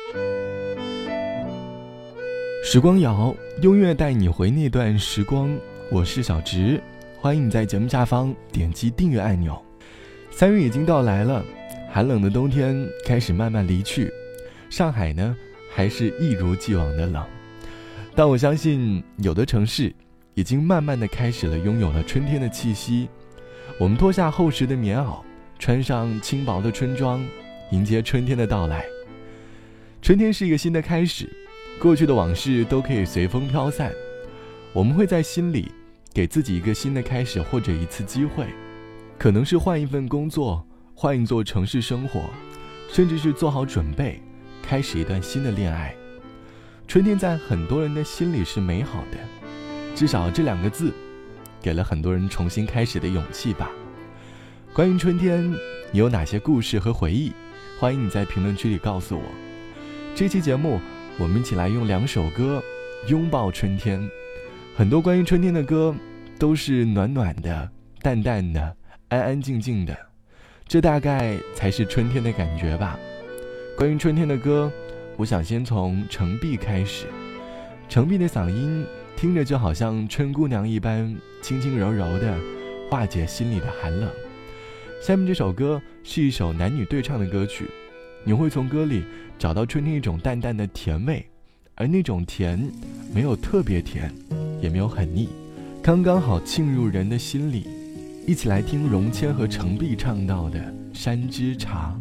时光谣，音乐带你回那段时光，我是小直，欢迎你在节目下方点击订阅按钮。3月已经到来了，寒冷的冬天开始慢慢离去，上海呢还是一如既往的冷，但我相信有的城市已经慢慢的开始了拥有了春天的气息。我们脱下厚实的棉袄，穿上轻薄的春装，迎接春天的到来。春天是一个新的开始，过去的往事都可以随风飘散，我们会在心里给自己一个新的开始，或者一次机会，可能是换一份工作，换一座城市生活，甚至是做好准备开始一段新的恋爱。春天在很多人的心里是美好的，至少这2个字给了很多人重新开始的勇气吧。关于春天，你有哪些故事和回忆？欢迎你在评论区里告诉我。这期节目我们一起来用2首歌拥抱春天。很多关于春天的歌都是暖暖的、淡淡的、安安静静的，这大概才是春天的感觉吧。关于春天的歌，我想先从程璧开始。程璧的嗓音听着就好像春姑娘一般，轻轻柔柔的化解心里的寒冷。下面这首歌是一首男女对唱的歌曲，你会从歌里找到春天一种淡淡的甜味，而那种甜没有特别甜，也没有很腻，刚刚好沁入人的心里。一起来听荣谦和程璧唱到的《山之茶》。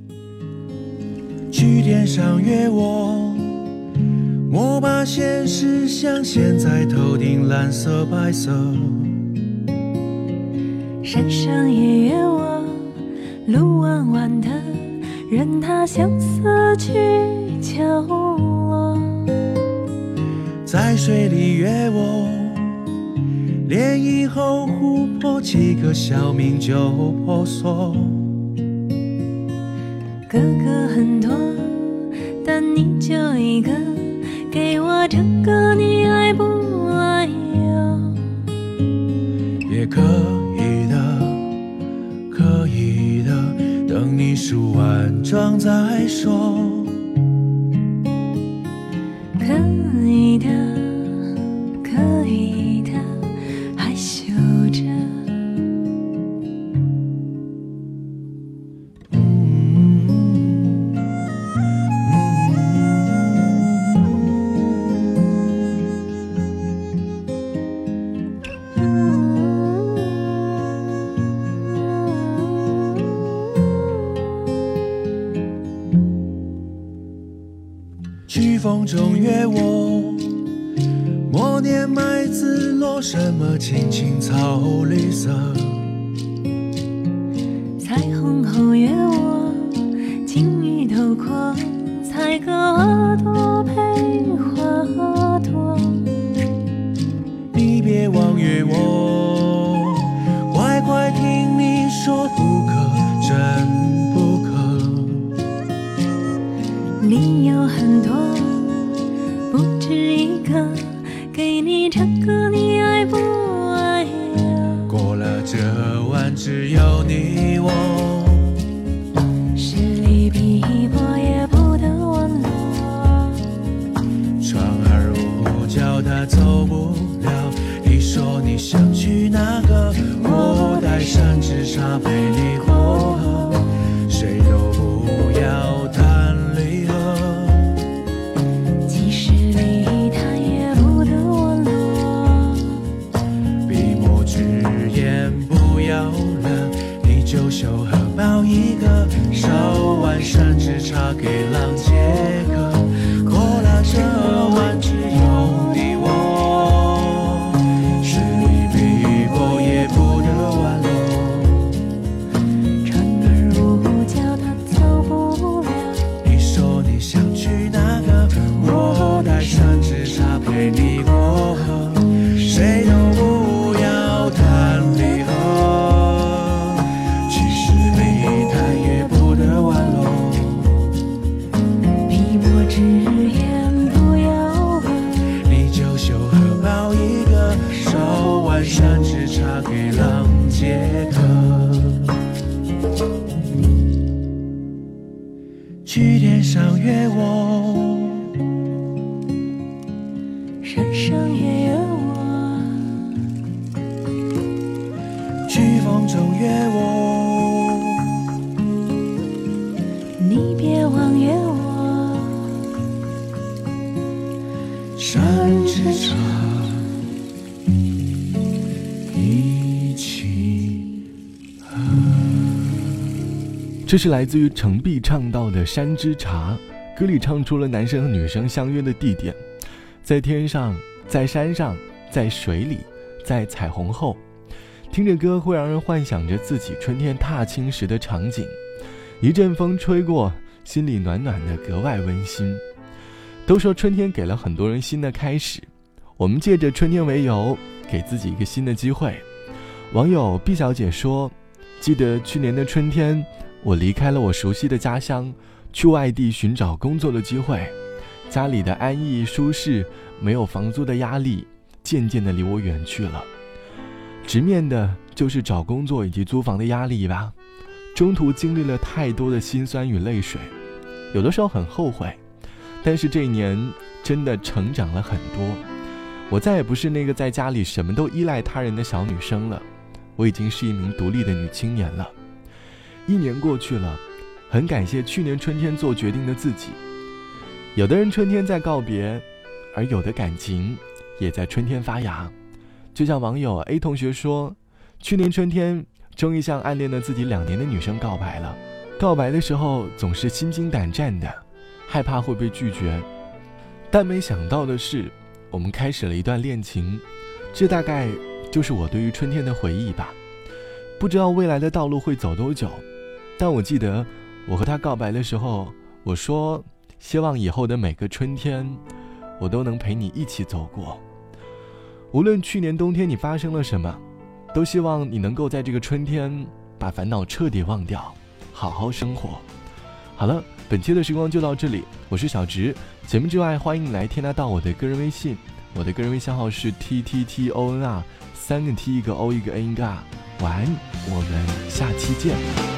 去天上约我把现实镶嵌在头顶蓝色白色， 山上也约我，路弯弯的，任它相思去角落。 在水里约我，涟漪后湖泊几个小名就婆娑。 哥哥很多，但你就一个，给我这个你爱不爱哟？ 也可以的，可以的，等你梳完妆再说。 可以的，可以的，害羞着。 去风中约我，默念麦子落什么青青草绿色。 彩虹后约我，金鱼头阔，采个花朵配花朵。 你别忘约我，快快听你说不可，真不可。 理由很多，不止一个，给你这个你爱不爱呀？ 过了这晚只有你我， 十里碧波也不得弯落。 船儿无脚它走不了，你说你想去哪个？我带山之茶陪你过河，谁都不要谈离合。 几十里它也不得弯落。 笔墨纸砚不要了，你就绣荷包一个，烧完山之茶给郎解渴。过了这晚只有你我，十里碧波也不得弯落。 船儿无脚它走不了。 你说你想去哪个？我带山之茶陪你过河，谁都不要谈离合。去十里它也不得弯落。 笔墨纸砚不要了。 你就绣荷包一个，烧完山之茶给郎解渴。去天上约我， 山之茶一起喝。 这是来自于程璧唱到的《山之茶》，歌里唱出了男生和女生相约的地点，在天上，在山上，在水里，在彩虹后。听着歌会让人幻想着自己春天踏青时的场景，一阵风吹过，心里暖暖的，格外温馨。都说春天给了很多人新的开始，我们借着春天为由，给自己一个新的机会。网友毕小姐说，记得去年的春天，我离开了我熟悉的家乡，去外地寻找工作的机会，家里的安逸舒适，没有房租的压力，渐渐地离我远去了。直面的就是找工作以及租房的压力吧，中途经历了太多的辛酸与泪水，有的时候很后悔，但是这一年真的成长了很多。我再也不是那个在家里什么都依赖他人的小女生了，我已经是一名独立的女青年了。1年过去了，很感谢去年春天做决定的自己。有的人春天在告别，而有的感情也在春天发芽。就像网友 A 同学说，去年春天终于向暗恋了自己2年的女生告白了。告白的时候总是心惊胆战的，害怕会被拒绝，但没想到的是，我们开始了一段恋情。这大概就是我对于春天的回忆吧。不知道未来的道路会走多久，但我记得我和他告白的时候，我说希望以后的每个春天，我都能陪你一起走过。无论去年冬天你发生了什么，都希望你能够在这个春天把烦恼彻底忘掉，好好生活。好了，本期的时光就到这里，我是小直。节目之外，欢迎你来添加到我的个人微信，我的个人微信号是 TTTONR， 3个 T 1个 O 1个 N 1个 R。晚安，我们下期见。